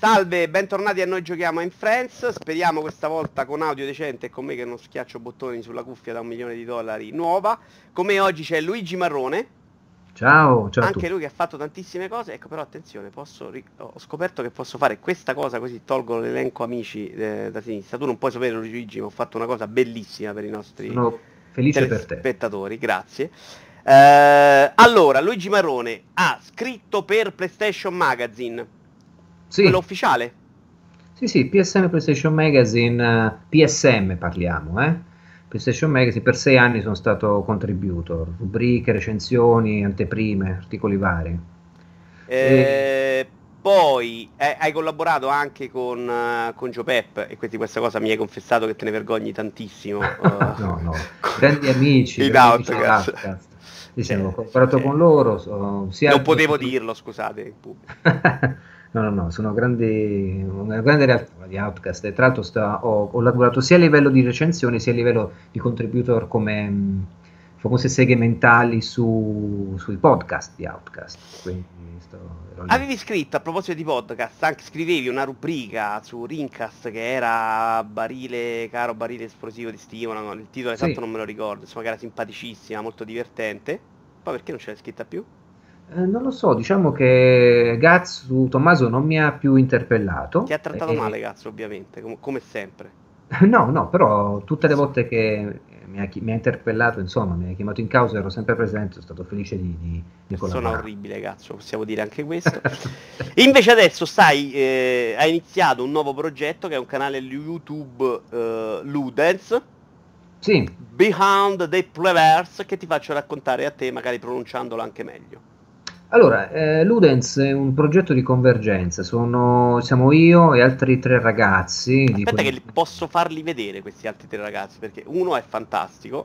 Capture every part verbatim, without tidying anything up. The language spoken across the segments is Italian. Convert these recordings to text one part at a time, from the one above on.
Salve, bentornati a Noi Giochiamo in Friends, speriamo questa volta con audio decente e con me che non schiaccio bottoni sulla cuffia da un milione di dollari nuova. Con me oggi c'è Luigi Marrone. Ciao, ciao a Anche tutti. lui che ha fatto tantissime cose, ecco però attenzione, posso ri- ho scoperto che posso fare questa cosa così tolgo l'elenco amici eh, da sinistra. Tu non puoi sapere Luigi, ma ho fatto una cosa bellissima per i nostri Sono felice per te. telespettatori, grazie. Eh, allora, Luigi Marrone ha scritto per PlayStation Magazine. Quello Sì, ufficiale? sì, sì, P S M PlayStation Magazine, eh, P S M parliamo, eh? PlayStation Magazine per sei anni sono stato contributor, rubriche, recensioni, anteprime, articoli vari. E... Eh, poi eh, hai collaborato anche con, eh, con Joe Pep e quindi questa cosa mi hai confessato che te ne vergogni tantissimo. eh, No, no, grandi amici, con- in grandi amici Outcast. dell'Outcast. Sì, sì, ho Cioè, collaborato cioè, con loro, so- sia non dal potevo punto di- dirlo, scusate, in pubblico. No, no, no, sono grandi, una grande realtà di Outcast e tra l'altro sta- ho, ho lavorato sia a livello di recensioni sia a livello di contributor come mh, famose seghe mentali su, sui podcast di Outcast, quindi sto, ero lì. Avevi scritto, a proposito di podcast, anche scrivevi una rubrica su Rincast che era barile, caro barile esplosivo di stimolo, no, il titolo esatto Sì, non me lo ricordo, insomma che era simpaticissima, molto divertente. Poi perché non ce l'hai scritta più? eh, non lo so, diciamo che Gaz su Tommaso non mi ha più Ti ha interpellato. trattato male, e- cazzo, ovviamente, com- come sempre. No, no, però tutte le volte che mi ha, chi- mi ha interpellato, insomma, mi ha chiamato in causa, ero sempre presente, sono stato felice di, di- di Persona collaborare. orribile, cazzo, possiamo dire anche questo. E invece adesso stai, eh, hai iniziato un nuovo progetto che è un canale YouTube eh, Ludens, Sì, Behind the Plebers, che ti faccio raccontare a te, magari pronunciandolo anche meglio. allora, eh, Ludens è un progetto di convergenza, sono, siamo io e altri tre ragazzi di Aspetta che quel... li posso farli vedere questi altri tre ragazzi, perché uno è fantastico.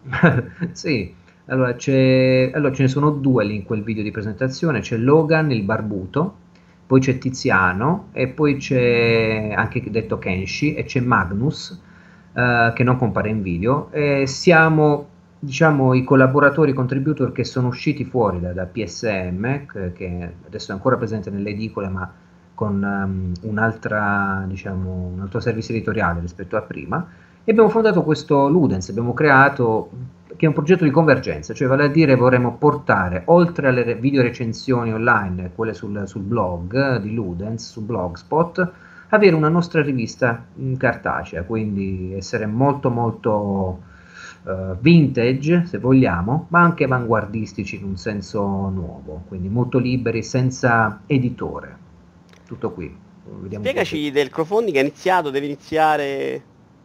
Sì, allora, c'è, allora ce ne sono due lì in quel video di presentazione, c'è Logan il barbuto, poi c'è Tiziano e poi c'è anche detto Kenshi e c'è Magnus eh, che non compare in video e siamo diciamo i collaboratori contributor che sono usciti fuori da, da P S M che, che adesso è ancora presente nelle edicole ma con um, un'altra diciamo un altro servizio editoriale rispetto a prima e abbiamo fondato questo Ludens, abbiamo creato che è un progetto di convergenza, cioè vale a dire vorremmo portare oltre alle re- video recensioni online, quelle sul, sul blog di Ludens, su Blogspot, avere una nostra rivista in cartacea, quindi essere molto molto eh, vintage se vogliamo, ma anche avanguardistici in un senso nuovo, quindi molto liberi, senza editore. Tutto qui. Vediamo un po' se... Spiegaci del crowdfunding, è iniziato, deve iniziare...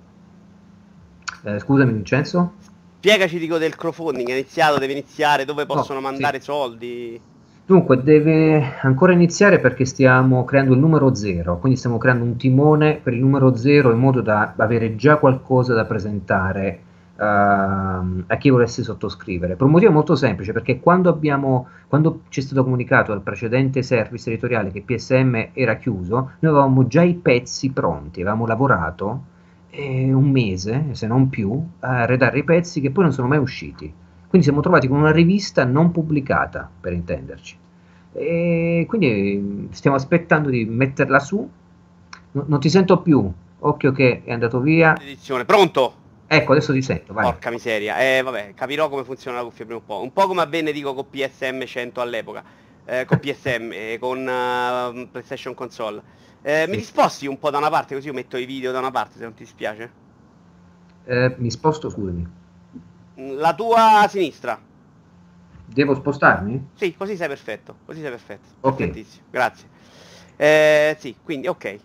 Eh, scusami Vincenzo? Spiegaci, dico, del crowdfunding, è iniziato, deve iniziare, dove possono No, mandare sì. soldi? Dunque, deve ancora iniziare perché stiamo creando il numero zero, quindi stiamo creando un timone per il numero zero in modo da avere già qualcosa da presentare ehm, a chi volesse sottoscrivere. Per un motivo molto semplice, perché quando abbiamo, quando ci è stato comunicato dal precedente service editoriale che P S M era chiuso, noi avevamo già i pezzi pronti, avevamo lavorato eh, un mese, se non più, a redare i pezzi che poi non sono mai usciti. Quindi siamo trovati con una rivista non pubblicata, per intenderci. E quindi stiamo aspettando di metterla su. No- non ti sento più. Occhio che è andato via. Edizione, pronto? Ecco, adesso ti sento, vai. Porca miseria, eh vabbè, capirò come funziona la cuffia prima o poi. Un po' come avvenne, dico, con P S M cento all'epoca, eh, con P S M, eh, con eh, PlayStation Console. Eh, mi Sì. disposti un po' da una parte, così io metto i video da una parte, se non ti dispiace? Eh, mi sposto, scusami. La tua sinistra. Devo spostarmi? Sì, così sei perfetto, così sei perfetto, Ok, perfettissimo, grazie. Eh, sì, quindi ok.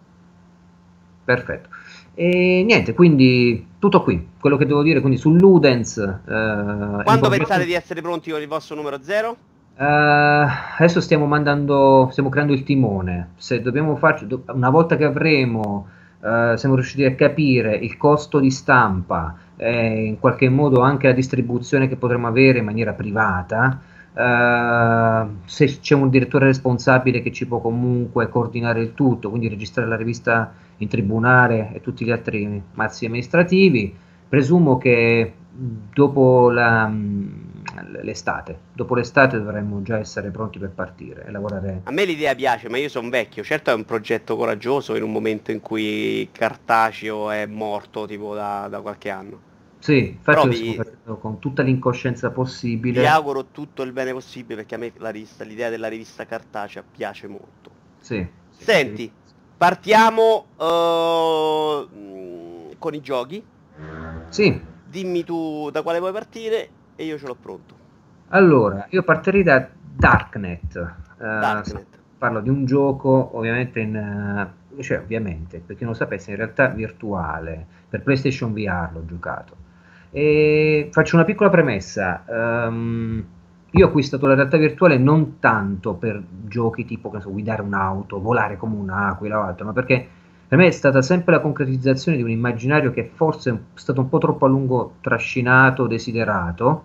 perfetto. E niente, quindi tutto qui. Quello che devo dire, quindi su Ludens, eh, è un Quando progetto... pensate di essere pronti con il vostro numero zero? Eh, adesso stiamo mandando, stiamo creando il timone. Se dobbiamo farci, do- una volta che avremo, eh, siamo riusciti a capire il costo di stampa e in qualche modo anche la distribuzione che potremo avere in maniera privata, eh, se c'è un direttore responsabile che ci può comunque coordinare il tutto, quindi registrare la rivista in tribunale e tutti gli altri mazzi amministrativi, presumo che dopo la, l'estate. Dopo l'estate dovremmo già essere pronti per partire e lavorare. A me l'idea piace, ma io sono vecchio. Certo è un progetto coraggioso in un momento in cui Cartaceo è morto tipo da, da qualche anno. Sì, infatti Però lo stiamo vi, facendo con tutta l'incoscienza vi possibile. auguro tutto il bene possibile perché a me la rivista, l'idea della rivista cartacea piace molto. Sì, sì, ti Senti, ringrazio. partiamo eh, mm, con i giochi. Sì, Dimmi tu da quale vuoi partire e io ce l'ho pronto. allora, io partirei da Darknet. Eh, Darknet. parlo di un gioco, ovviamente, in, eh, cioè, ovviamente, per chi non lo sapesse, in realtà virtuale, per PlayStation V R l'ho giocato. E faccio una piccola premessa. ehm, io ho acquistato la realtà virtuale non tanto per giochi tipo, che ne so, guidare un'auto, volare come un'aquila o altro, ma perché per me è stata sempre la concretizzazione di un immaginario che forse è stato un po' troppo a lungo trascinato, desiderato,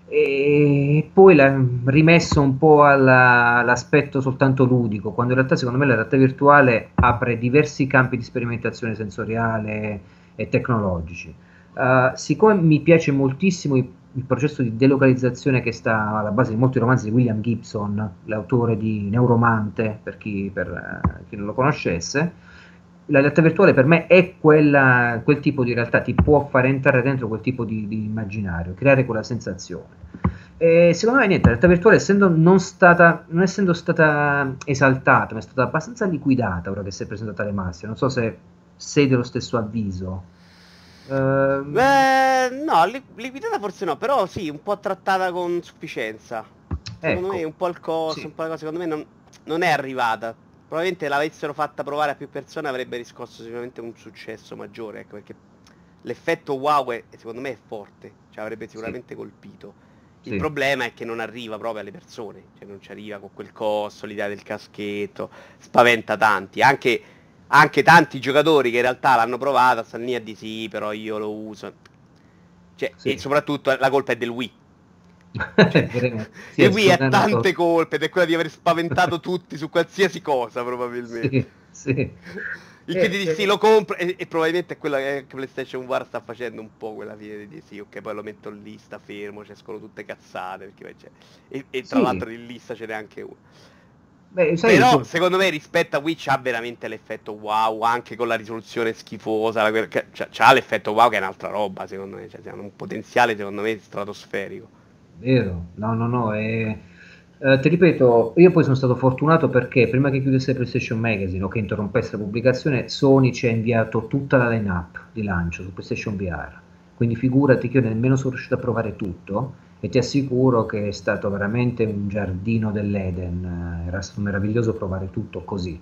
e poi l'ha rimesso un po' alla- all'aspetto soltanto ludico, quando in realtà secondo me la realtà virtuale apre diversi campi di sperimentazione sensoriale e tecnologici. Uh, siccome mi piace moltissimo il, il processo di delocalizzazione che sta alla base di molti romanzi di William Gibson, l'autore di Neuromante, per chi, per, uh, chi non lo conoscesse, la realtà virtuale per me è quella, quel tipo di realtà, ti può fare entrare dentro quel tipo di, di immaginario, creare quella sensazione. E secondo me niente, la realtà virtuale essendo non stata, non essendo stata esaltata, ma è stata abbastanza liquidata ora che si è presentata alle masse, non so se sei dello stesso avviso. Ehm, Beh, no, li- liquidata forse no, però sì, un po' trattata con sufficienza. Secondo me ecco, un po' il costo, un sì, po' la cosa, secondo me non, non è arrivata. Probabilmente l'avessero fatta provare a più persone avrebbe riscosso sicuramente un successo maggiore, ecco, perché l'effetto wow è, secondo me è forte, cioè avrebbe sì, sicuramente colpito. Il sì, problema è che non arriva proprio alle persone, cioè non ci arriva con quel costo, l'idea del caschetto, spaventa tanti, anche, anche tanti giocatori che in realtà l'hanno provata, stanno lì a dire sì, però io lo uso. Cioè, e sì. soprattutto la colpa è del Wii. Cioè, Veramente, sì, il è Wii ha tante sdoganatoso. colpe ed è quella di aver spaventato tutti su qualsiasi cosa, probabilmente. Sì, sì. Il che ti Eh, dici sì, eh, lo compro e, e probabilmente è quello che anche PlayStation V R sta facendo un po' quella fine di dire sì, ok, poi lo metto lì, sta fermo, ci escono tutte cazzate, perché poi c'è. E, e tra sì, l'altro in lista ce n'è anche uno. beh, sai, Però tu, secondo me rispetto a Wii c'ha veramente l'effetto wow, anche con la risoluzione schifosa, la- che- c'ha, c'ha l'effetto wow che è un'altra roba, secondo me, cioè, hanno un potenziale secondo me stratosferico. vero, no, no, no, eh, eh, ti ripeto, io poi sono stato fortunato perché prima che chiudesse PlayStation Magazine o che interrompesse la pubblicazione, Sony ci ha inviato tutta la line-up di lancio su PlayStation V R, quindi figurati che io nemmeno sono riuscito a provare tutto e ti assicuro che è stato veramente un giardino dell'Eden, eh, era stato meraviglioso provare tutto così.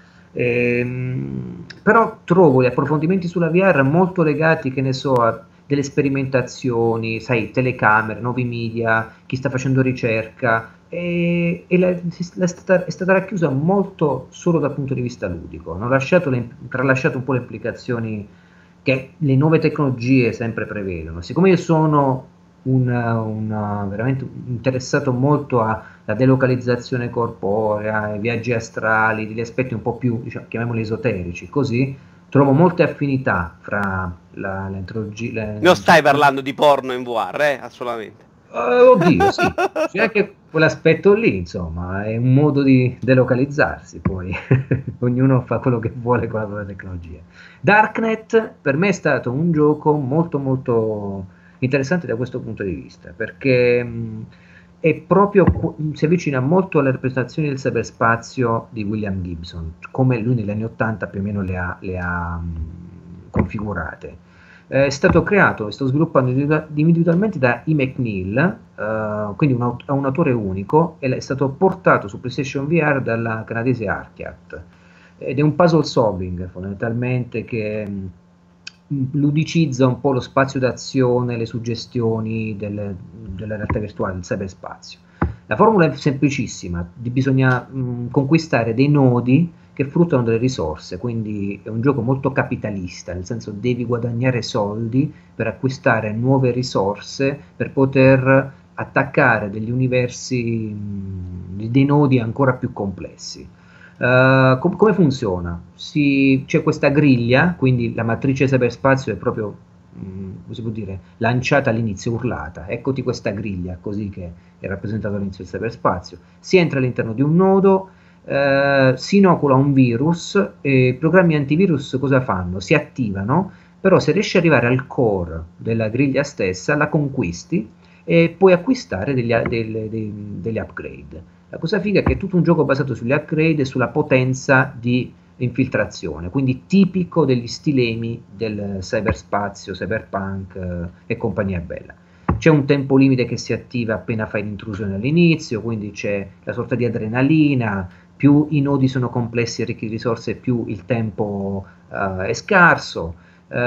Ehm, però trovo gli approfondimenti sulla V R molto legati, che ne so, a delle sperimentazioni, sai, telecamere, nuovi media, chi sta facendo ricerca, e, e la- si- la è, stata, è stata racchiusa molto solo dal punto di vista ludico, hanno lasciato le, tralasciato un po' le implicazioni che le nuove tecnologie sempre prevedono. Siccome io sono un, un, veramente interessato molto alla delocalizzazione corporea, ai viaggi astrali, degli aspetti un po' più, diciamo, chiamiamoli esoterici, così trovo molte affinità fra la, l'entrologia, le- Non stai diciamo, parlando di porno in V R, eh? Assolutamente. eh, oddio, sì, c'è anche quell'aspetto lì, insomma, è un modo di delocalizzarsi, poi ognuno fa quello che vuole con la propria tecnologia. Darknet per me è stato un gioco molto molto interessante da questo punto di vista, perché mh, è proprio, qu- si avvicina molto alle rappresentazioni del cyberspazio di William Gibson, come lui negli anni ottanta più o meno le ha, le ha mh, configurate. È stato creato e stato sviluppato individua- individualmente da E. McNeil, eh, quindi un, aut- un autore unico, e è stato portato su PlayStation V R dalla canadese Archiat. Ed è un puzzle solving fondamentalmente che mh, ludicizza un po' lo spazio d'azione, le suggestioni del- della realtà virtuale, del cyberspazio. La formula è semplicissima, di- bisogna mh, conquistare dei nodi che fruttano delle risorse, quindi è un gioco molto capitalista, nel senso devi guadagnare soldi per acquistare nuove risorse per poter attaccare degli universi, mh, dei nodi ancora più complessi. Uh, com- come funziona? Si- c'è questa griglia, quindi la matrice cyberspazio è proprio mh, come si può dire, lanciata all'inizio, urlata, eccoti questa griglia, così che è rappresentato all'inizio del cyberspazio. Si entra all'interno di un nodo, eh, si inocula un virus e i programmi antivirus cosa fanno? Si attivano, però se riesci ad arrivare al core della griglia stessa, la conquisti e puoi acquistare degli, delle, dei, degli upgrade. La cosa figa è che è tutto un gioco basato sugli upgrade e sulla potenza di infiltrazione, quindi tipico degli stilemi del cyberspazio, cyberpunk eh, e compagnia bella. C'è un tempo limite che si attiva appena fai l'intrusione all'inizio, quindi c'è la sorta di adrenalina, più i nodi sono complessi e ricchi di risorse, più il tempo uh, è scarso.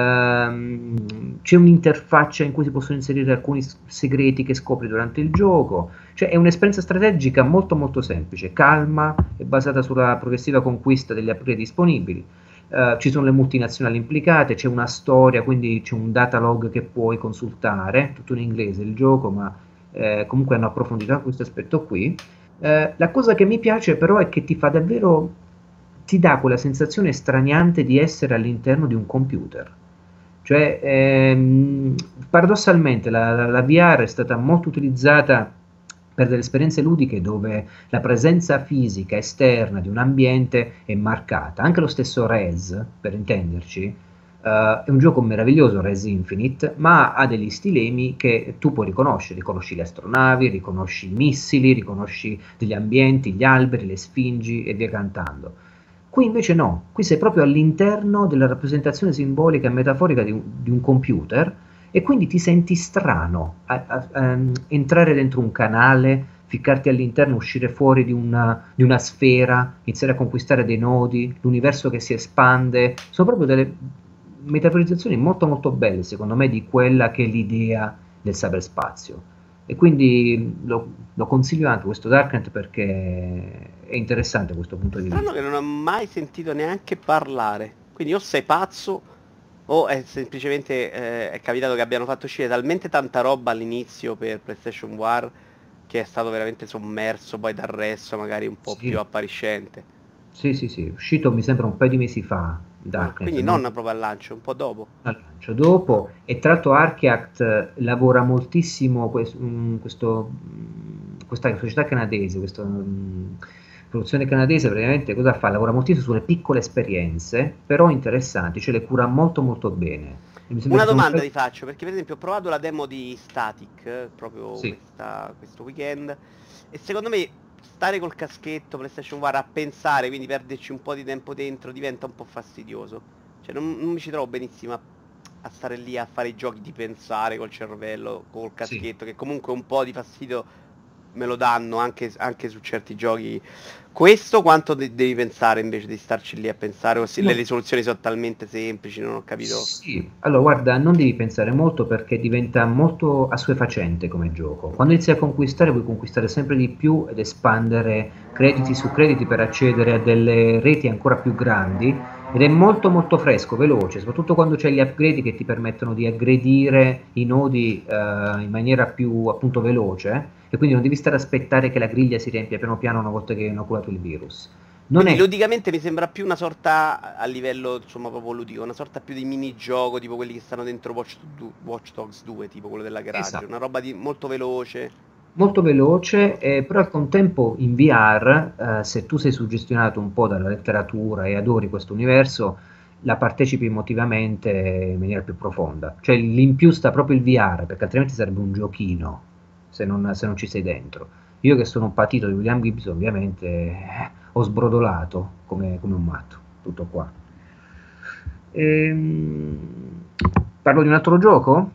Um, c'è un'interfaccia in cui si possono inserire alcuni segreti che scopri durante il gioco, cioè è un'esperienza strategica molto molto semplice, calma, è basata sulla progressiva conquista degli upgrade disponibili. Uh, ci sono le multinazionali implicate, c'è una storia, quindi c'è un datalog che puoi consultare, tutto in inglese il gioco, ma eh, comunque hanno approfondito anche questo aspetto qui. Uh, la cosa che mi piace però è che ti fa davvero, ti dà quella sensazione straniante di essere all'interno di un computer. Cioè, ehm, paradossalmente la, la, la V R è stata molto utilizzata per delle esperienze ludiche dove la presenza fisica esterna di un ambiente è marcata. Anche lo stesso Rez, per intenderci, uh, è un gioco meraviglioso, Rez Infinite, ma ha degli stilemi che tu puoi riconoscere. Riconosci le astronavi, riconosci i missili, riconosci degli ambienti, gli alberi, le sfingi e via cantando. Qui invece no, qui sei proprio all'interno della rappresentazione simbolica e metaforica di un, di un computer e quindi ti senti strano a, a, a entrare dentro un canale, ficcarti all'interno, uscire fuori di una, di una sfera, iniziare a conquistare dei nodi, l'universo che si espande. Sono proprio delle metaforizzazioni molto molto belle secondo me di quella che è l'idea del cyberspazio. E quindi lo, lo consiglio anche questo Darknet perché è interessante questo punto di vista. Strano che non ho mai sentito neanche parlare, quindi o sei pazzo o è semplicemente eh, è capitato che abbiano fatto uscire talmente tanta roba all'inizio per PlayStation War che è stato veramente sommerso poi dal resto magari un po' Sì. più appariscente. Sì, sì, sì, uscito mi sembra un paio di mesi fa, Ah, Darknet. quindi non non proprio al lancio, un po' dopo. al lancio. Dopo, e tra l'altro Archiact lavora moltissimo quest- mm, questo, mm, questa società canadese, questa mm, produzione canadese praticamente cosa fa? Lavora moltissimo sulle piccole esperienze, però interessanti, cioè le cura molto molto bene. E mi sembra Una ci sono domanda state- ti faccio, perché per esempio ho provato la demo di Static eh, proprio Sì, questa- questo weekend e secondo me stare col caschetto PlayStation War a pensare, quindi perderci un po' di tempo dentro diventa un po' fastidioso. Cioè non, non mi ci trovo benissimo a, a stare lì a fare i giochi di pensare col cervello, col sì. caschetto, che comunque un po' di fastidio me lo danno anche, anche su certi giochi. Questo quanto de- devi pensare invece di starci lì a pensare, o se le No. risoluzioni sono talmente semplici, non ho capito. Sì, allora guarda, non devi pensare molto perché diventa molto assuefacente come gioco. Quando inizi a conquistare, vuoi conquistare sempre di più ed espandere crediti su crediti per accedere a delle reti ancora più grandi ed è molto molto fresco, veloce, soprattutto quando c'è gli upgrade che ti permettono di aggredire i nodi eh, in maniera più appunto veloce e quindi non devi stare a aspettare che la griglia si riempia piano piano una volta che hai inoculato il virus. Non Quindi è ludicamente mi sembra più una sorta, a livello insomma proprio ludico, una sorta più di minigioco, tipo quelli che stanno dentro Watch, du- Watch Dogs due, tipo quello della garage, esatto. una roba di molto veloce. Molto veloce, eh, però al contempo in V R, eh, se tu sei suggestionato un po' dalla letteratura e adori questo universo, la partecipi emotivamente in maniera più profonda. Cioè l'in più sta proprio il V R, perché altrimenti sarebbe un giochino se non, se non ci sei dentro. Io che sono un patito di William Gibson, ovviamente eh, ho sbrodolato come, come un matto, tutto qua. Ehm, parlo di un altro gioco?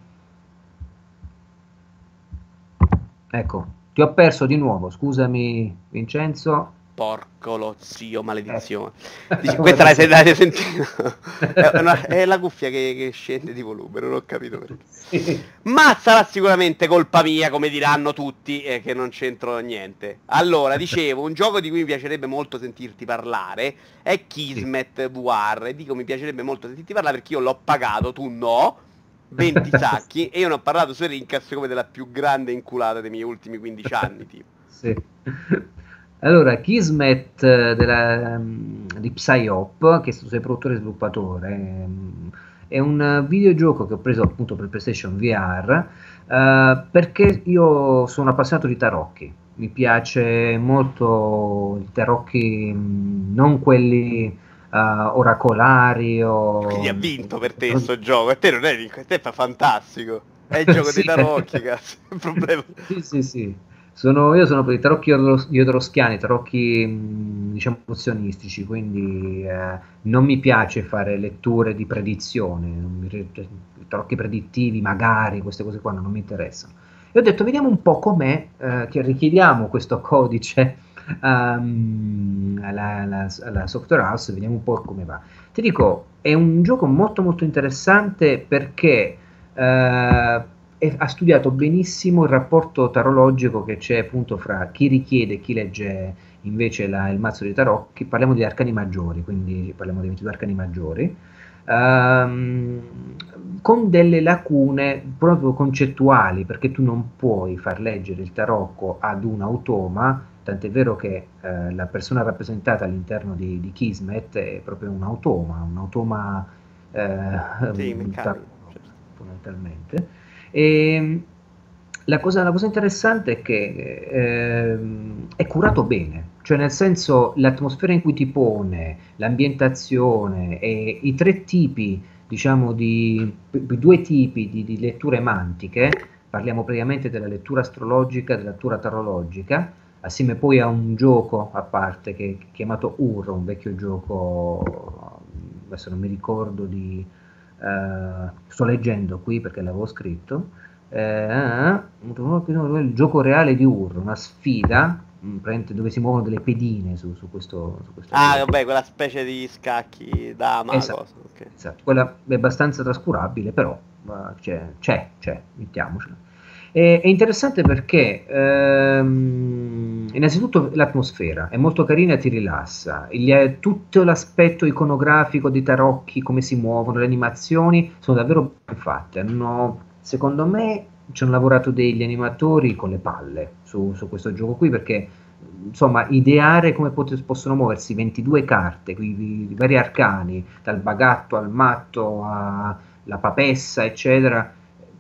Ecco, ti ho perso di nuovo, scusami Vincenzo. Porco lo zio, Eh. maledizione. Dici, questa l'hai, l'hai sentita? È, una- è la cuffia che, che scende di volume, non ho capito perché. Sì. Ma sarà sicuramente colpa mia, come diranno tutti, e che non c'entro niente. Allora, dicevo, un gioco di cui mi piacerebbe molto sentirti parlare è Sì. Kismet V R. E dico mi piacerebbe molto sentirti parlare perché io l'ho pagato, tu no, venti sacchi, e io ne ho parlato su Rincas come della più grande inculata dei miei ultimi quindici anni, tipo. Sì. Allora, Kismet eh, della, mm, di Psyop, che è stato produttore e sviluppatore, mm, è un videogioco che ho preso appunto per PlayStation V R, eh, perché io sono appassionato di tarocchi. Mi piace molto i tarocchi, mh, non quelli eh, oracolari Quindi ha o... vinto per te sto gioco, e te non è vinto, te fa fantastico. È il gioco dei Sì. tarocchi, cazzo, il problema. Sì, sì, sì. Sono, io sono per i tarocchi jodros- jodorowskiani, tarocchi mh, diciamo nozionistici, quindi eh, non mi piace fare letture di predizione, non mi- cioè, i tarocchi predittivi magari, queste cose qua non mi interessano. E ho detto, vediamo un po' com'è, eh, che richiediamo questo codice ehm, alla, alla- alla software house, vediamo un po' come va. Ti dico, è un gioco molto molto interessante perché eh, e ha studiato benissimo il rapporto tarologico che c'è appunto fra chi richiede e chi legge invece la- il mazzo di tarocchi. Parliamo di arcani maggiori, quindi parliamo dei ventidue arcani maggiori, ehm, con delle lacune proprio concettuali, perché tu non puoi far leggere il tarocco ad un automa, tant'è vero che eh, la persona rappresentata all'interno di, di Kismet è proprio un automa, un automa eh, Sì, un meccanico, tarocco, certo. fondamentalmente. E la cosa, la cosa interessante è che ehm, è curato bene, cioè nel senso l'atmosfera in cui ti pone, l'ambientazione e i tre tipi, diciamo, di i due tipi di, di letture mantiche, parliamo praticamente della lettura astrologica e della lettura tarologica, assieme poi a un gioco a parte che è chiamato Ur, un vecchio gioco, adesso non mi ricordo di... eh, sto leggendo qui perché l'avevo scritto, eh, il gioco reale di Ur, una sfida mh, praticamente dove si muovono delle pedine su, su questo, su questo Ah, gioco. vabbè, quella specie di scacchi dama, Esatto, cosa, ok. esatto. Quella è abbastanza trascurabile, però eh, c'è, c'è, c'è, mettiamocela. E- È interessante perché ehm, innanzitutto l'atmosfera è molto carina e ti rilassa. Il- tutto l'aspetto iconografico dei tarocchi, come si muovono, le animazioni sono davvero ben fatte. Hanno, secondo me ci hanno lavorato degli animatori con le palle su, su questo gioco qui perché insomma ideare come pot- possono muoversi ventidue carte, i, i vari arcani, dal bagatto al matto alla papessa, eccetera,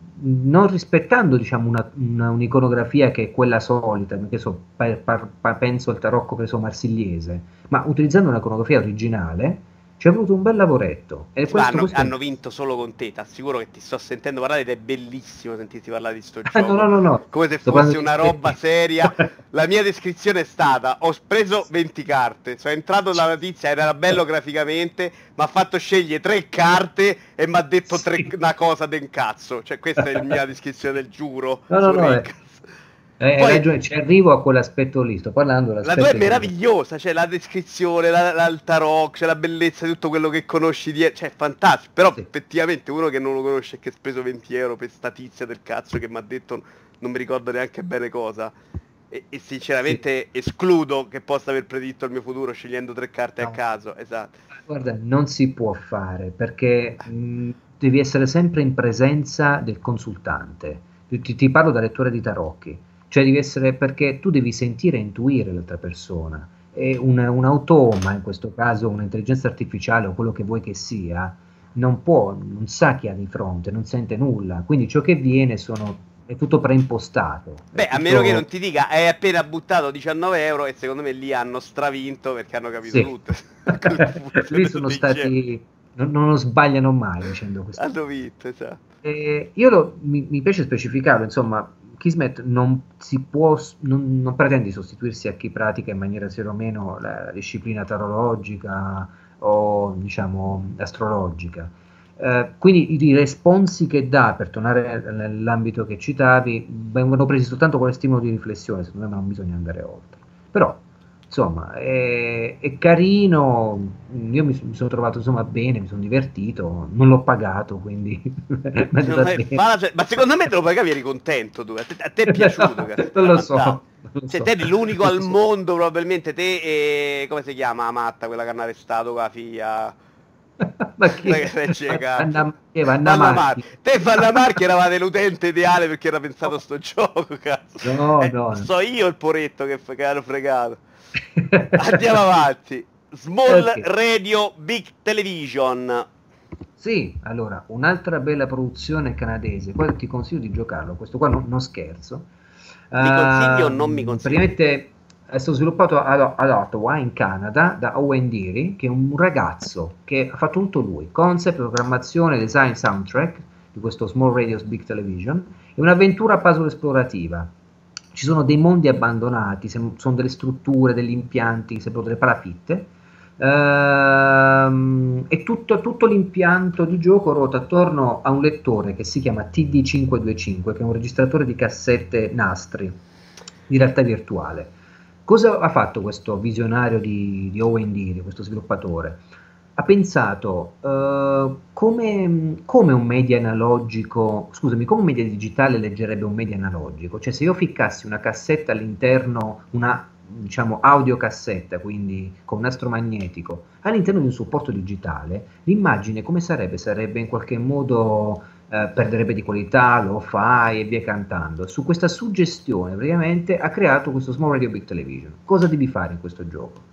non rispettando diciamo una, una, un'iconografia che è quella solita, che so, pa- pa- pa- penso al tarocco preso marsigliese, ma utilizzando un'iconografia originale ci è voluto un bel lavoretto e Sì, ma questo, hanno, questo è hanno interessante. vinto solo con te, ti assicuro che ti sto sentendo parlare ed è bellissimo sentirti parlare di sto Ah, no, no, gioco, no, no, come se sto parlando fosse di una roba effetti. seria. La mia descrizione è stata, ho preso venti carte, sono entrato dalla tizia, era bello graficamente, mi ha fatto scegliere tre carte e mi ha detto tre- Sì. una cosa del cazzo, cioè questa è la mia descrizione del giuro No, no, su no, eh, Rick. hai Poi ragione, ci arrivo a quell'aspetto lì, sto parlando la tua è dell'aspetto iconografico. meravigliosa, cioè la descrizione, la, la- il tarocco, c'è la bellezza di tutto quello che conosci dietro, cioè è fantastico, però Sì, effettivamente uno che non lo conosce e che ha speso venti euro per sta tizia del cazzo che mi ha detto non mi ricordo neanche bene cosa, e, e sì. sinceramente escludo che possa aver preditto il mio futuro scegliendo tre carte a No, caso, esatto. guarda, non si può fare perché mh, devi essere sempre in presenza del consultante. Ti, ti- ti parlo da lettore di tarocchi, cioè devi essere perché tu devi sentire e intuire l'altra persona. E un, un automa, in questo caso un'intelligenza artificiale o quello che vuoi che sia, non può, non sa chi ha di fronte, non sente nulla. Quindi ciò che viene sono, è tutto preimpostato, è Beh, a meno che non tutto... ti dica hai appena buttato diciannove euro e secondo me lì hanno stravinto perché hanno capito Sì, tutto. Come lì funziona sono dei geni. stati, non, non sbagliano mai dicendo queste Hanno cose. vinto, esatto. Eh, io lo- mi, mi piace specificarlo, insomma, Kismet non si può, s- non, non pretende di sostituirsi a chi pratica in maniera sia o meno la disciplina tarologica o diciamo astrologica. Eh, quindi i responsi che dà, per tornare nell'ambito che citavi, vengono presi soltanto come stimolo di riflessione, secondo me non bisogna andare oltre. Però, insomma, è, è carino, io mi, mi sono trovato insomma bene, mi sono divertito, non l'ho pagato, quindi mi è Secondo andata me bene. fa la- cioè, ma secondo me te lo pagavi eri contento tu. A te, a te è piaciuto, cazzo. Non Era lo so, fantastico. non lo Cioè, te so. eri l'unico Non al lo so. mondo, probabilmente te e... come si chiama la matta, quella che hanno arrestato con la figlia? Ma Quella chi che è? legge le carte. Anna, chi è? Anna Vanna Mar- Marchi. Te e Vanna Marchi eravate l'utente ideale perché era pensato sto gioco, cazzo. No, Eh, no, no. so io il poretto che, che hanno fregato. Andiamo avanti. Small Ok. Radio Big Television. Sì, allora, un'altra bella produzione canadese, qua ti consiglio di giocarlo, questo qua non, non scherzo. Mi consigli o non mi Ehm, consigli? praticamente è stato sviluppato ad, ad Ottawa, in Canada, da Owen Deary, che è un ragazzo che ha fatto tutto lui, concept, programmazione, design, soundtrack di questo Small Radios Big Television, è un'avventura puzzle esplorativa. Ci sono dei mondi abbandonati, sem- sono delle strutture, degli impianti, sembrano delle palafitte. Ehm, e tutto, tutto l'impianto di gioco ruota attorno a un lettore che si chiama T D cinquecentoventicinque, che è un registratore di cassette nastri di realtà virtuale. Cosa ha fatto questo visionario di, di Owen Deary, questo sviluppatore? Ha pensato eh, come, come un media analogico, scusami, come un media digitale leggerebbe un media analogico? Cioè, se io ficcassi una cassetta all'interno, una diciamo audiocassetta, quindi con nastro magnetico, all'interno di un supporto digitale, l'immagine come sarebbe? Sarebbe in qualche modo eh, perderebbe di qualità, lo fai e via cantando. Su questa suggestione praticamente ha creato questo Small Radio Big Television. Cosa devi fare in questo gioco?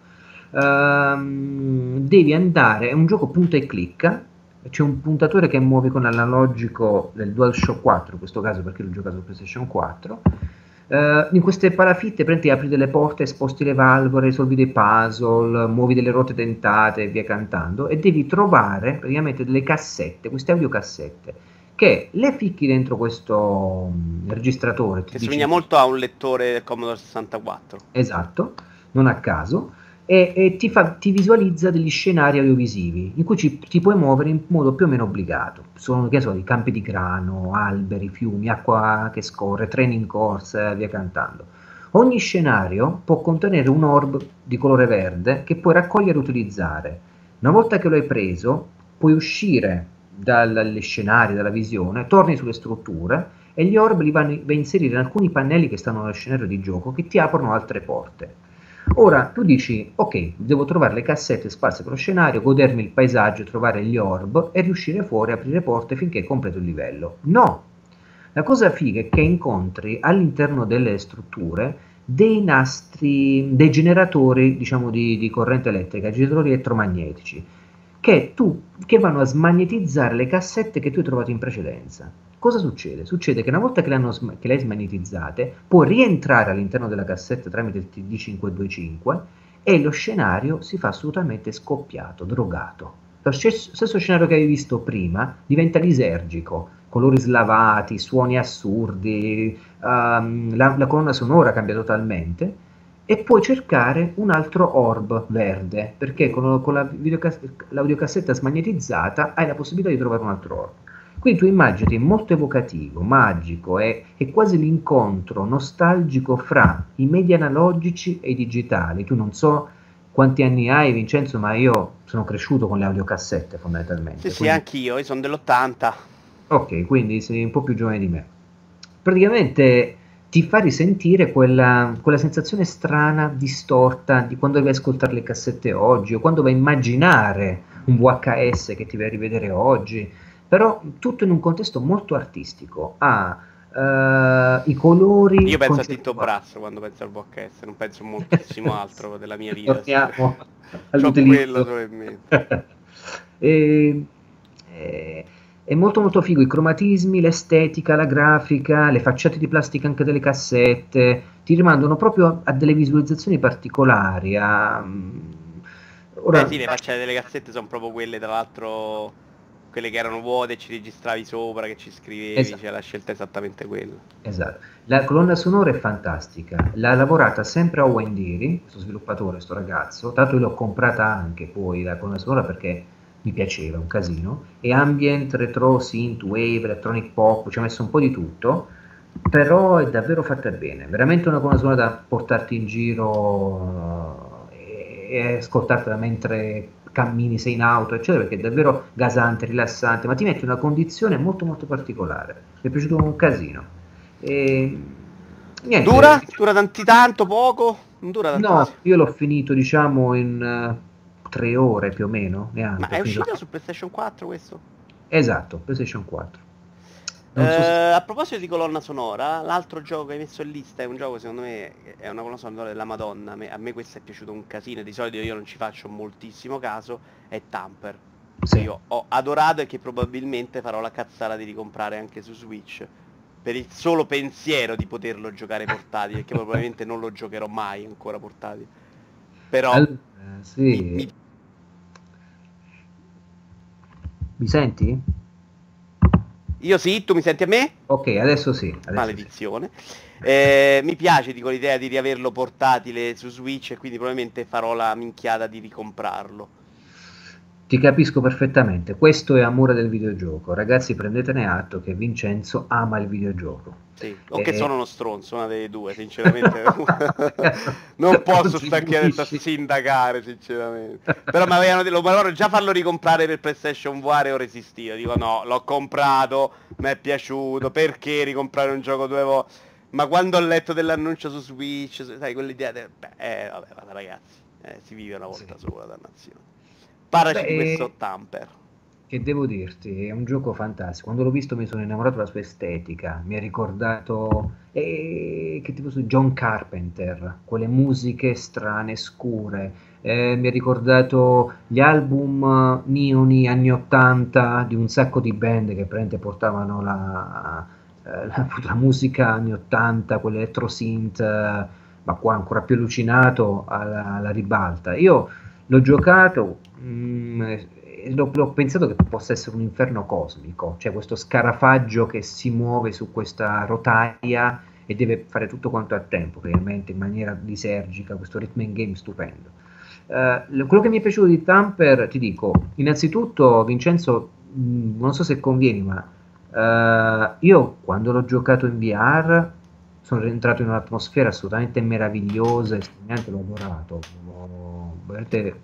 Ehm, devi andare, è un gioco punta e clicca, c'è un puntatore che muovi con l'analogico del DualShock quattro, in questo caso perché l'ho giocato su PlayStation quattro. Eh, in queste palafitte prendi, apri delle porte, sposti le valvole, risolvi dei puzzle, muovi delle rotte dentate e via cantando, e devi trovare praticamente delle cassette, queste audiocassette, che le ficchi dentro questo mm, registratore, ti Che dici somiglia molto a un lettore del Commodore sessantaquattro. esatto, non a caso, e, e ti, fa, ti visualizza degli scenari audiovisivi in cui ci, ti puoi muovere in modo più o meno obbligato. Sono, che so, i campi di grano, alberi, fiumi, acqua che scorre, treni in corsa, via cantando. Ogni scenario può contenere un orb di colore verde che puoi raccogliere e utilizzare. Una volta che lo hai preso, puoi uscire dagli scenari, dalla visione, torni sulle strutture e gli orb li vanno a inserire in alcuni pannelli che stanno nello scenario di gioco che ti aprono altre porte. Ora tu dici, ok, devo trovare le cassette sparse per lo scenario, godermi il paesaggio, trovare gli orb e riuscire fuori a aprire porte finché completo il livello. No! La cosa figa è che incontri all'interno delle strutture dei nastri, dei generatori, diciamo, di, di corrente elettrica, generatori elettromagnetici, che, tu, che vanno a smagnetizzare le cassette che tu hai trovato in precedenza. Cosa succede? Succede che una volta che le, hanno, che le hai smagnetizzate, puoi rientrare all'interno della cassetta tramite il T D cinquecentoventicinque e lo scenario si fa assolutamente scoppiato, drogato. Lo stesso, stesso scenario che avevi visto prima diventa lisergico, colori slavati, suoni assurdi, um, la, la colonna sonora cambia totalmente e puoi cercare un altro orb verde, perché con, con la videocass- l'audiocassetta smagnetizzata hai la possibilità di trovare un altro orb. Quindi tu immaginati, è molto evocativo, magico, è, è quasi l'incontro nostalgico fra i media analogici e i digitali. Tu non so quanti anni hai, Vincenzo, ma io sono cresciuto con le audiocassette Sì, fondamentalmente. sì, Quindi, anch'io, io sono dell'ottanta. ok, quindi sei un po' più giovane di me. Praticamente ti fa risentire quella, quella sensazione strana, distorta di quando vai a ascoltare le cassette oggi o quando vai a immaginare un V H S che ti vai a rivedere oggi, però tutto in un contesto molto artistico. Ha eh, i colori Io penso a Tinto concettuali. Brass quando penso al V H S, non penso a moltissimo altro della mia vita. Torniamo C'ho quello all'utilizzo. solo in mente. E, e- è molto molto figo i cromatismi, l'estetica, la grafica, le facciate di plastica anche delle cassette, ti rimandano proprio a delle visualizzazioni particolari. A, mm, Beh ora, sì, le facce delle cassette sono proprio quelle, tra l'altro, quelle che erano vuote e ci registravi sopra, che ci scrivevi, esatto. cioè la scelta è esattamente quella. Esatto. La colonna sonora è fantastica, l'ha lavorata sempre a Owen Deary, questo sviluppatore, questo ragazzo, tanto io l'ho comprata anche poi la colonna sonora perché mi piaceva un casino, e ambient, retro, synth, wave, electronic pop, ci ha messo un po' di tutto, però è davvero fatta bene, veramente una colonna sonora da portarti in giro eh, e ascoltartela mentre cammini, sei in auto, eccetera, perché è davvero gasante, rilassante, ma ti mette in una condizione molto molto particolare. Mi è piaciuto un casino. E niente, Dura? Dura tanti tanto, poco? Non dura no, tantissimo. io l'ho finito diciamo in eh, tre ore più o meno, Ma neanche. Ho è finito. uscito su PlayStation quattro questo? Esatto, PlayStation quattro. Eh, Non so se... a proposito di colonna sonora, l'altro gioco che hai messo in lista è un gioco secondo me è una colonna sonora della Madonna. A me, a me questo è piaciuto un casino, di solito io non ci faccio moltissimo caso, è Tamper. Sì. io ho adorato e che probabilmente farò la cazzata di ricomprare anche su Switch. Per il solo pensiero di poterlo giocare portatile, perché probabilmente non lo giocherò mai ancora portatile. Però Allora, mi, sì. mi Mi senti? Io sì, tu mi senti a me? Ok, adesso sì, adesso sì. Maledizione. Eh, mi piace, dico, l'idea di riaverlo portatile su Switch e quindi probabilmente farò la minchiata di ricomprarlo. Ti capisco perfettamente, questo è amore del videogioco. Ragazzi, prendetene atto che Vincenzo ama il videogioco. Sì, o che E... sono uno stronzo, una delle due, sinceramente. Non posso stare qui adesso a Contribuisci. sindacare, sinceramente. Però mi avevano detto, ma loro già farlo ricomprare per PlayStation V R e ho resistito. Dico no, l'ho comprato, mi è piaciuto, perché ricomprare un gioco due volte? Ma quando ho letto dell'annuncio su Switch, sai, quell'idea, de... beh, eh, vabbè, guarda, ragazzi, eh, si vive una Sì. volta sola, dannazione. Parlaci di questo Beh, Tamper. che devo dirti, è un gioco fantastico. Quando l'ho visto mi sono innamorato della sua estetica, mi ha ricordato eh, che tipo su John Carpenter, quelle musiche strane, scure. Eh, mi ha ricordato gli album neoni anni ottanta di un sacco di band che praticamente portavano la, eh, la, la musica anni ottanta, quell'electro synth, eh, ma qua ancora più allucinato alla, alla ribalta. Io l'ho giocato, mm, e l'ho, l'ho pensato che possa essere un inferno cosmico, cioè questo scarafaggio che si muove su questa rotaia e deve fare tutto quanto a tempo, praticamente in maniera lisergica, questo rhythm and game stupendo. Eh, quello che mi è piaciuto di Tamper, ti dico, innanzitutto Vincenzo, mh, non so se convieni, ma eh, io quando l'ho giocato in V R sono rientrato in un'atmosfera assolutamente meravigliosa e stigliante, l'ho adorato, l'ho veramente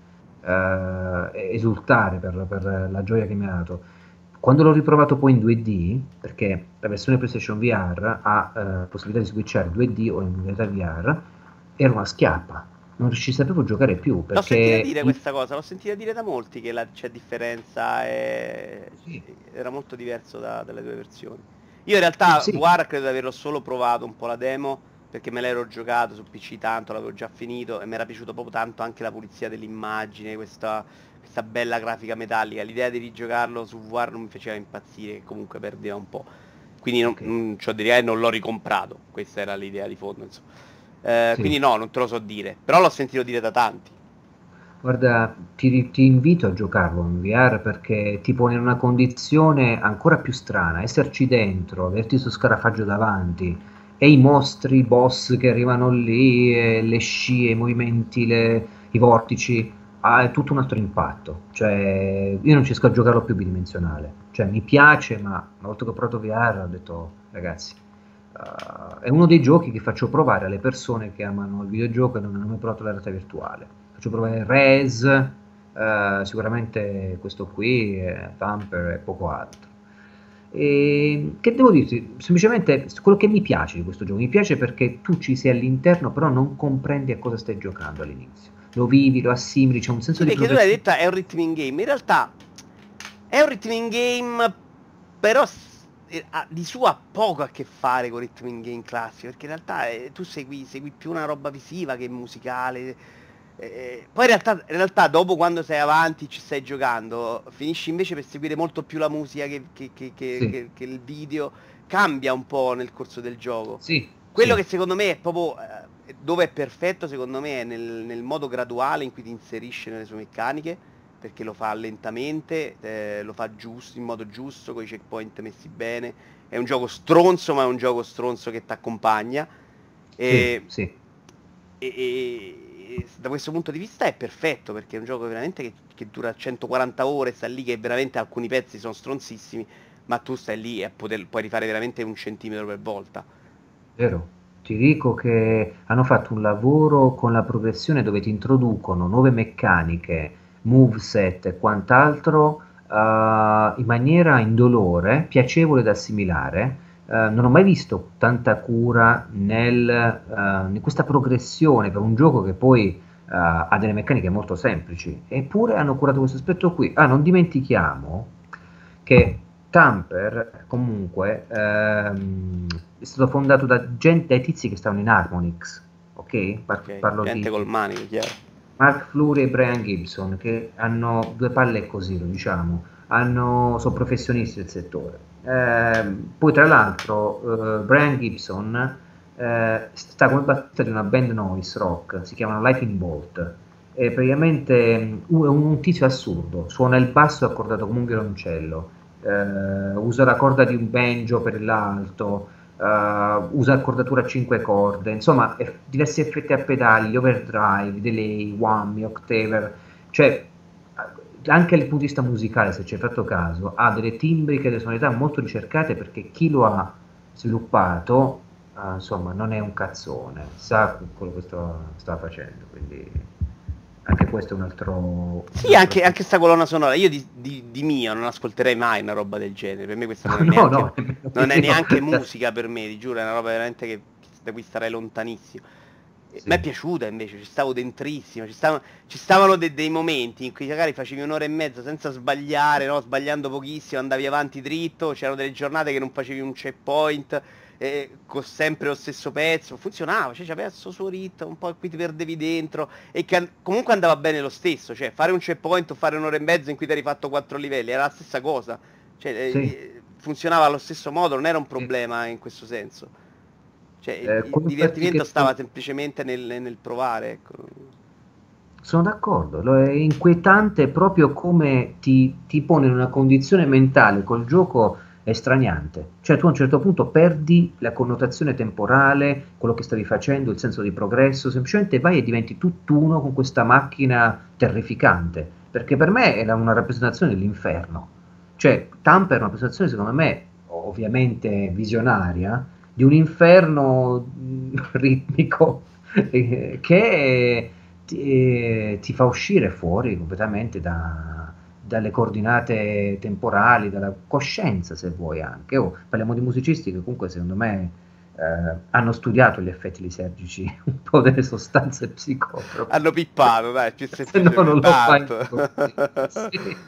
eh, esultare per, per la gioia che mi ha dato. Quando l'ho riprovato poi in due D, perché la versione PlayStation V R ha eh, possibilità di switchare due D o in modalità V R, era una schiappa, non ci sapevo giocare più L'ho sentita perché dire il- questa cosa, l'ho sentita dire da molti che la- c'è differenza e sì, era molto diverso da- dalle due versioni. Io in realtà sì, V R credo di averlo solo provato un po' la demo perché me l'ero giocato su P C tanto, l'avevo già finito e mi era piaciuto proprio tanto anche la pulizia dell'immagine, questa, questa bella grafica metallica. L'idea di rigiocarlo su V R non mi faceva impazzire, che comunque perdeva un po'. Quindi non, ok, non, c'ho di dire, non l'ho ricomprato, questa era l'idea di fondo, insomma. Eh, sì. quindi no, non te lo so dire, però l'ho sentito dire da tanti. Guarda, ti, ti invito a giocarlo in V R perché ti pone in una condizione ancora più strana, esserci dentro, averti sto scarafaggio davanti e i mostri, i boss che arrivano lì, e le scie, i movimenti, le- i vortici, ha è tutto un altro impatto. Cioè, io non riesco a giocarlo più bidimensionale. Cioè, mi piace, ma una volta che ho provato V R ho detto, ragazzi, eh, è uno dei giochi che faccio provare alle persone che amano il videogioco e non hanno mai provato la realtà virtuale. Faccio provare Res, eh, sicuramente questo qui, eh, Thumper e poco altro. E che devo dirti? Semplicemente quello che mi piace di questo gioco, mi piace perché tu ci sei all'interno, però non comprendi a cosa stai giocando all'inizio. Lo vivi, lo assimili, c'è un senso Sì, di perché tu l'hai progressione. detta è un rhythm game. In realtà è un rhythm game, però s- eh, ha di suo ha poco a che fare con il rhythm game classico, perché in realtà eh, tu segui, segui più una roba visiva che musicale. Eh, poi in realtà, in realtà dopo quando sei avanti ci stai giocando, finisci invece per seguire molto più la musica che, che- che- che- Sì, che- che il video, cambia un po' nel corso del gioco. sì, Quello sì, che secondo me è proprio eh, dove è perfetto, secondo me, è nel, nel modo graduale in cui ti inserisce nelle sue meccaniche, perché lo fa lentamente, eh, lo fa giusto, in modo giusto, con i checkpoint messi bene. È un gioco stronzo, ma è un gioco stronzo che ti accompagna. sì, E, sì. e- e da questo punto di vista è perfetto, perché è un gioco veramente che, che dura centoquaranta ore, sta lì che veramente alcuni pezzi sono stronzissimi, ma tu stai lì e poter, puoi rifare veramente un centimetro per volta. Vero. Ti dico che hanno fatto un lavoro con la progressione dove ti introducono nuove meccaniche, moveset e quant'altro eh, in maniera indolore, piacevole da assimilare. Eh, non ho mai visto tanta cura nel, eh, in questa progressione per un gioco che poi eh, ha delle meccaniche molto semplici. Eppure hanno curato questo aspetto qui. Ah, non dimentichiamo che Tamper comunque ehm, è stato fondato da gente, dai tizi che stavano in Harmonix, ok? Par- Ok, parlo gente col di manico, chiaro. Mark Fleury e Brian Gibson, che hanno due palle così, lo diciamo, hanno, sono professionisti del settore. Eh, poi tra l'altro eh, Brian Gibson eh, sta come batterista di una band noise rock, si chiamano Lightning Bolt, è praticamente mm, un, un tizio assurdo, suona il basso accordato come un violoncello, eh, usa la corda di un banjo per l'alto, Uh, usa accordatura a cinque corde, insomma eff- diversi effetti a pedali, overdrive, delay, whammy, octaver, cioè eh, anche dal punto di vista musicale, se ci hai fatto caso, ha delle timbriche e delle sonorità molto ricercate, perché chi lo ha sviluppato uh, insomma non è un cazzone, sa quello che sto, sta facendo, quindi anche questo è un altro, un Sì, altro anche, anche sta colonna sonora, io di, di, di mio non ascolterei mai una roba del genere, per me questa non è no, neanche, no, non è io- neanche musica per me, ti giuro, è una roba veramente che, da cui starei lontanissimo. E mi è sì. piaciuta invece, ci stavo dentrissimo, ci stavano, ci stavano de- dei momenti in cui magari facevi un'ora e mezza senza sbagliare, no? Sbagliando pochissimo, andavi avanti dritto, c'erano delle giornate che non facevi un checkpoint, eh, con sempre lo stesso pezzo, funzionava, cioè c'aveva il suo suo ritmo, un po' qui ti perdevi dentro, e che an- comunque andava bene lo stesso, cioè fare un checkpoint o fare un'ora e mezza in cui ti eri fatto quattro livelli, era la stessa cosa, cioè Sì, eh, funzionava allo stesso modo, non era un sì. problema in questo senso. Cioè, il, Eh, il quello divertimento praticamente stava semplicemente nel, nel provare, ecco. sono d'accordo, lo è inquietante proprio come ti, ti pone in una condizione mentale col gioco estraniante, cioè tu a un certo punto perdi la connotazione temporale, quello che stavi facendo, il senso di progresso, semplicemente vai e diventi tutt'uno con questa macchina terrificante, perché per me era una rappresentazione dell'inferno, cioè Tampa è una rappresentazione secondo me ovviamente visionaria di un inferno mh, ritmico eh, che ti, eh, ti fa uscire fuori completamente da- dalle coordinate temporali, dalla coscienza se vuoi anche. Oh, parliamo di musicisti che comunque secondo me eh, hanno studiato gli effetti lisergici, un po' delle sostanze psicotrope, Hanno pippato, dai, più se no semplice non che lo fai tanto. così. Sì.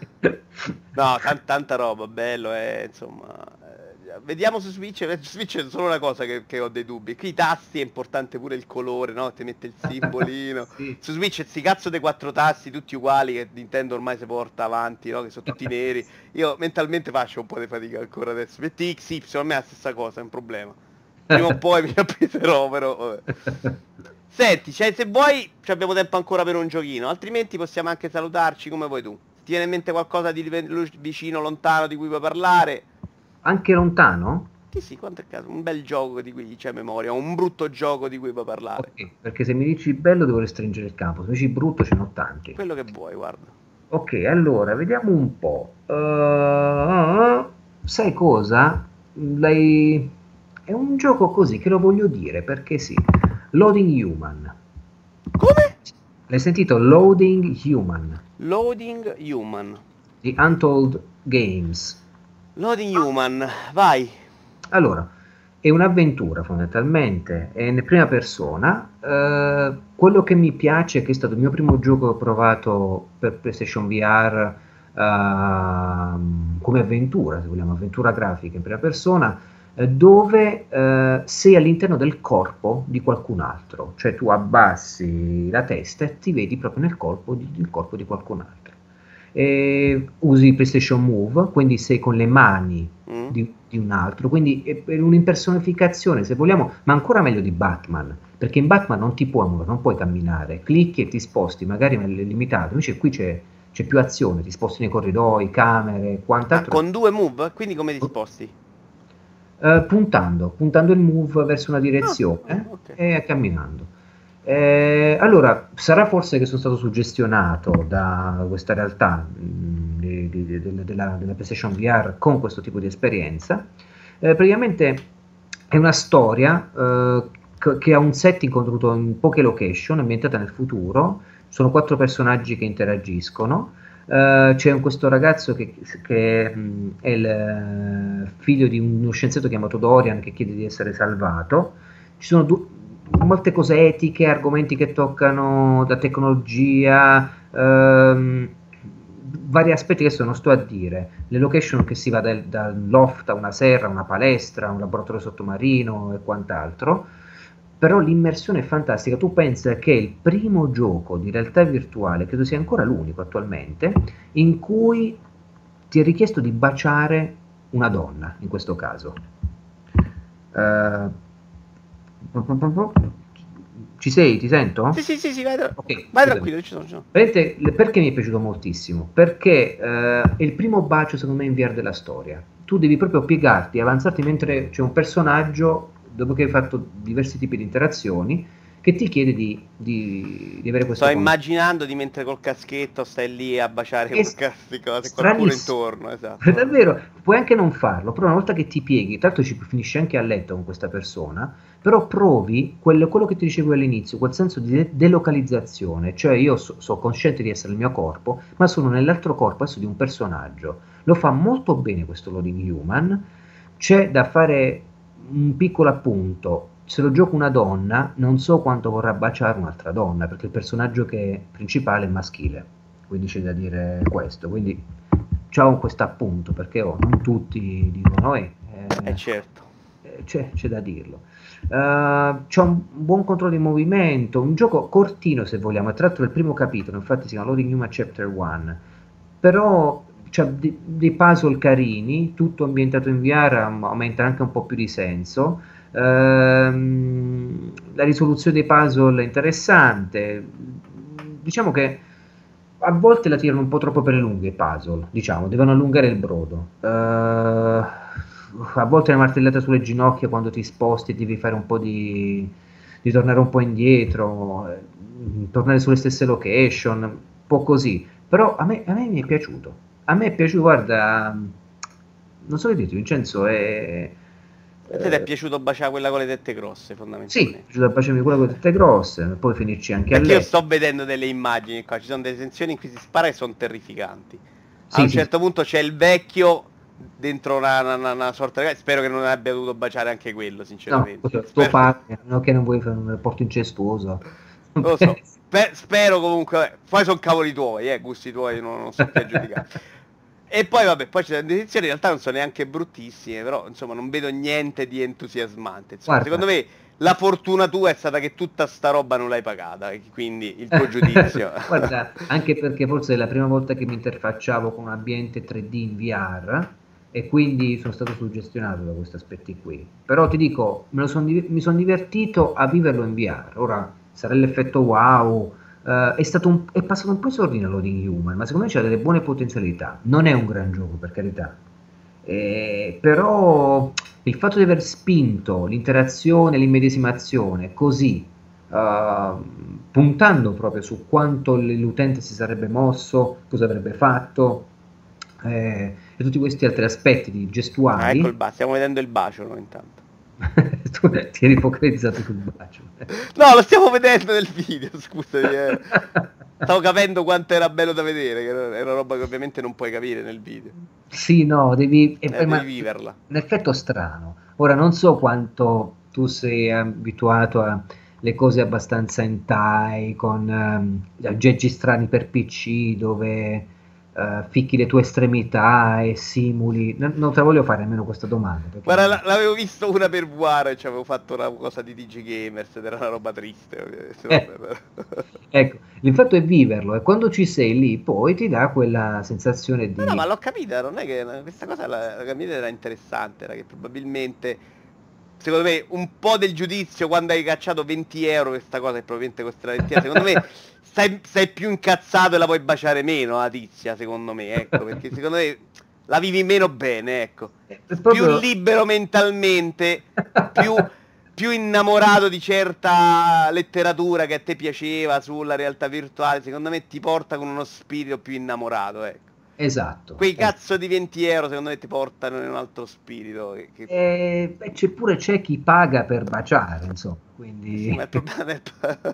No, tan- tanta roba, bello, eh, insomma. eh, Vediamo su Switch, eh, su Switch è solo una cosa che, che ho dei dubbi. Qui i tasti è importante pure il colore, no? Ti mette il simbolino. Sì. Su Switch sti cazzo dei quattro tasti tutti uguali che Nintendo ormai si porta avanti, no? Che sono tutti neri. Io mentalmente faccio un po' di fatica ancora adesso. Metti X Y, a me è la stessa cosa, è un problema. Prima o poi mi appeserò, però. Vabbè. Senti, cioè, se vuoi ci abbiamo tempo ancora per un giochino, altrimenti possiamo anche salutarci come vuoi tu. Ti viene in mente qualcosa di live- lu- vicino, lontano di cui puoi parlare? Anche lontano? Sì, sì, quanto è caso, un bel gioco di cui c'è memoria, un brutto gioco di cui puoi parlare. Ok, perché se mi dici bello devo restringere il campo, se mi dici brutto ce n'ho tanti. Quello che vuoi, guarda. Ok, allora vediamo un po'. Uh, sai cosa? L'hai- È un gioco così che lo voglio dire perché sì. Loading Human. Come? L'hai sentito? Loading Human Loading Human. di Untold Games. Loading Human, vai. Allora, è un'avventura fondamentalmente, è in prima persona. Eh, quello che mi piace, che è stato il mio primo gioco che ho provato per PlayStation V R, ehm, come avventura, se vogliamo, avventura grafica in prima persona, eh, dove eh, sei all'interno del corpo di qualcun altro, cioè tu abbassi la testa e ti vedi proprio nel corpo di, nel corpo di qualcun altro. E usi PlayStation Move, quindi sei con le mani Mm? di, di un altro, quindi è per un'impersonificazione, se vogliamo, ma ancora meglio di Batman, perché in Batman non ti puoi muovere, non puoi camminare, clicchi e ti sposti, magari è limitato, invece qui c'è, c'è più azione, ti sposti nei corridoi, camere, Ah, quant'altro. con due move? Quindi come ti sposti? Eh, puntando, puntando il move verso una Ah, ah, direzione ok. e camminando. Eh, allora, sarà forse che sono stato suggestionato da questa realtà mh, di- di- di- della, della- della PlayStation V R con questo tipo di esperienza. Eh, praticamente è una storia eh, che, che ha un setting contenuto in poche location, ambientata nel futuro. Sono quattro personaggi che interagiscono. Eh, c'è questo ragazzo che, che, mh, è il eh, figlio di uno scienziato chiamato Dorian che chiede di essere salvato. Ci sono du- molte cose etiche, argomenti che toccano la tecnologia, ehm, vari aspetti che adesso non sto a dire. Le location che si va dal, dal loft a una serra, una palestra, un laboratorio sottomarino e quant'altro. però l'immersione è fantastica. Tu pensa che è il primo gioco di realtà virtuale, credo sia ancora l'unico attualmente, in cui ti è richiesto di baciare una donna, in questo caso. Uh, ci sei? Ti sento? Sì, sì, sì, sì, vai, tra... okay, vai tranquillo, ci sono, ci sono. Perché, perché mi è piaciuto moltissimo? Perché uh, è il primo bacio, secondo me, in V R della storia. Tu devi proprio piegarti, avanzarti mentre c'è un personaggio, dopo che hai fatto diversi tipi di interazioni, che ti chiede di, di, di avere questo Sto contatto. immaginando di mentre col caschetto stai lì a baciare È un cazzo di cose, qualcuno intorno, esatto. Davvero, puoi anche non farlo, però una volta che ti pieghi, tanto ci finisci anche a letto con questa persona, però provi quello, quello che ti dicevo all'inizio, quel senso di de- delocalizzazione, cioè io so, sono consciente di essere il mio corpo, ma sono nell'altro corpo adesso di un personaggio. Lo fa molto bene questo Loading Human. C'è da fare un piccolo appunto: se lo gioco una donna, non so quanto vorrà baciare un'altra donna, perché il personaggio che è principale è maschile, quindi c'è da dire questo. Quindi c'ho questo appunto, perché oh, non tutti dicono eh, eh certo, eh, c'è, c'è da dirlo. Uh, c'è un buon controllo di movimento, un gioco cortino se vogliamo, è tratto dal primo capitolo, infatti si chiama Loading Human Chapter uno, però c'ha dei, dei puzzle carini, tutto ambientato in V R, aumenta anche un po' più di senso. Ehm, la risoluzione dei puzzle è interessante, diciamo che a volte la tirano un po' troppo per le lunghe i puzzle, diciamo, devono allungare il brodo. Uh, a volte una martellata sulle ginocchia quando ti sposti e devi fare un po' di, di tornare un po' indietro, eh, tornare sulle stesse location, un po' così. Però a me, a me mi è piaciuto. A me è piaciuto, guarda, non so che dirti, Vincenzo, è... A te ti è piaciuto baciare quella con le tette grosse, Sì, fondamentalmente? mi è piaciuto baciarmi quella con le tette grosse, poi finirci anche a Perché io letto. sto vedendo delle immagini qua, ci sono delle sezioni in cui si spara e sono terrificanti. A Sì, un sì, certo punto c'è il vecchio dentro una, una, una sorta di... Spero che non abbia dovuto baciare anche quello, no, sinceramente. tuo Spero... padre, no, che non vuoi fare un rapporto incestuoso. Non lo so. Spe- spero comunque... Poi sono cavoli tuoi, eh, gusti tuoi, non, non sto qui a giudicare. E poi vabbè, poi ci sono delle sezioni in realtà non sono neanche bruttissime, però insomma non vedo niente di entusiasmante. Insomma, Guarda, secondo me la fortuna tua è stata che tutta sta roba non l'hai pagata, e quindi il tuo giudizio. guarda, anche perché forse è la prima volta che mi interfacciavo con un ambiente tre D in V R e quindi sono stato suggestionato da questi aspetti qui. Però ti dico, me lo son div- mi sono divertito a viverlo in V R. Ora sarà l'effetto wow. Uh, è, stato un, è passato un po' in sordina Loading Human, ma secondo me c'ha delle buone potenzialità. Non è un gran gioco, per carità. Eh, però il fatto di aver spinto l'interazione, l'immedesimazione così, uh, puntando proprio su quanto l'utente si sarebbe mosso, cosa avrebbe fatto, eh, e tutti questi altri aspetti di Ah, ecco il gestuali. bacio, stiamo vedendo il bacio noi intanto. Tu ti eri focalizzato sul bacio. No, lo stiamo vedendo nel video, scusami. Eh. Stavo capendo quanto era bello da vedere, che era una roba che ovviamente non puoi capire nel video. Sì, no, devi, Eh, eh, ma devi viverla. un effetto strano. Ora non so quanto tu sei abituato a le cose abbastanza hentai con ehm, aggeggi strani per P C dove eh, ficchi le tue estremità e simuli. Non, non te la voglio fare nemmeno questa domanda. Perché Guarda, la- l'avevo visto una per Vuare, ci avevo fatto una cosa di D G Gamers ed era una roba triste. ovviamente, Eh, vabbè, però. ecco, il fatto è viverlo e quando ci sei lì poi ti dà quella sensazione No, no, ma di... l'ho capita, non è che questa cosa la, la capita era interessante, era che probabilmente, secondo me, un po' del giudizio quando hai cacciato venti euro, questa cosa che probabilmente costerà venti euro, secondo me stai, stai più incazzato e la puoi baciare meno la tizia, secondo me, ecco, perché secondo me la vivi meno bene, ecco. È Più proprio... libero mentalmente, più, più innamorato di certa letteratura che a te piaceva sulla realtà virtuale, secondo me ti porta con uno spirito più innamorato, ecco. Esatto. Quei Eh. cazzo di venti euro secondo me ti portano in un altro spirito. Che, che... E, beh, c'è pure c'è chi paga per baciare, insomma, Eh sì, ma quindi... il problema è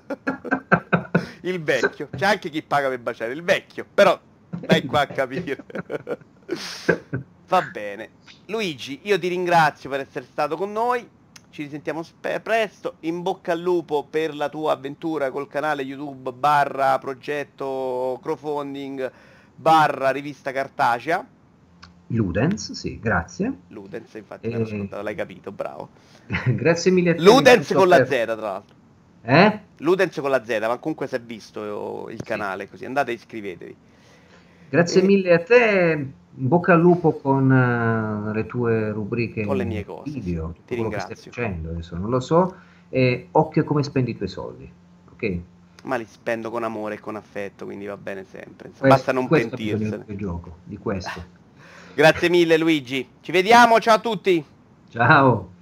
il vecchio. C'è anche chi paga per baciare, il vecchio. Però dai qua a capire. Va bene. Luigi, io ti ringrazio per essere stato con noi. Ci risentiamo spe- presto. In bocca al lupo per la tua avventura col canale YouTube barra progetto crowdfunding barra rivista cartacea. Ludens, sì, grazie. Ludens, infatti, E... me l'ho scordato, l'hai capito, bravo. Grazie mille a te. Ludens con la Z, tra l'altro. Eh? Ludens con la Z, ma comunque si è visto il canale, sì. Così andate e iscrivetevi. Grazie e... mille a te, in bocca al lupo con uh, le tue rubriche, con le mie cose, video, sì. tutto Ti quello ringrazio. che stai facendo adesso, non lo so, e occhio a come spendi i tuoi soldi, ok? Ma li spendo con amore e con affetto, quindi va bene sempre. Questo, Basta non questo pentirsene. Di gioco, di questo. Grazie mille Luigi. Ci vediamo, ciao a tutti. Ciao.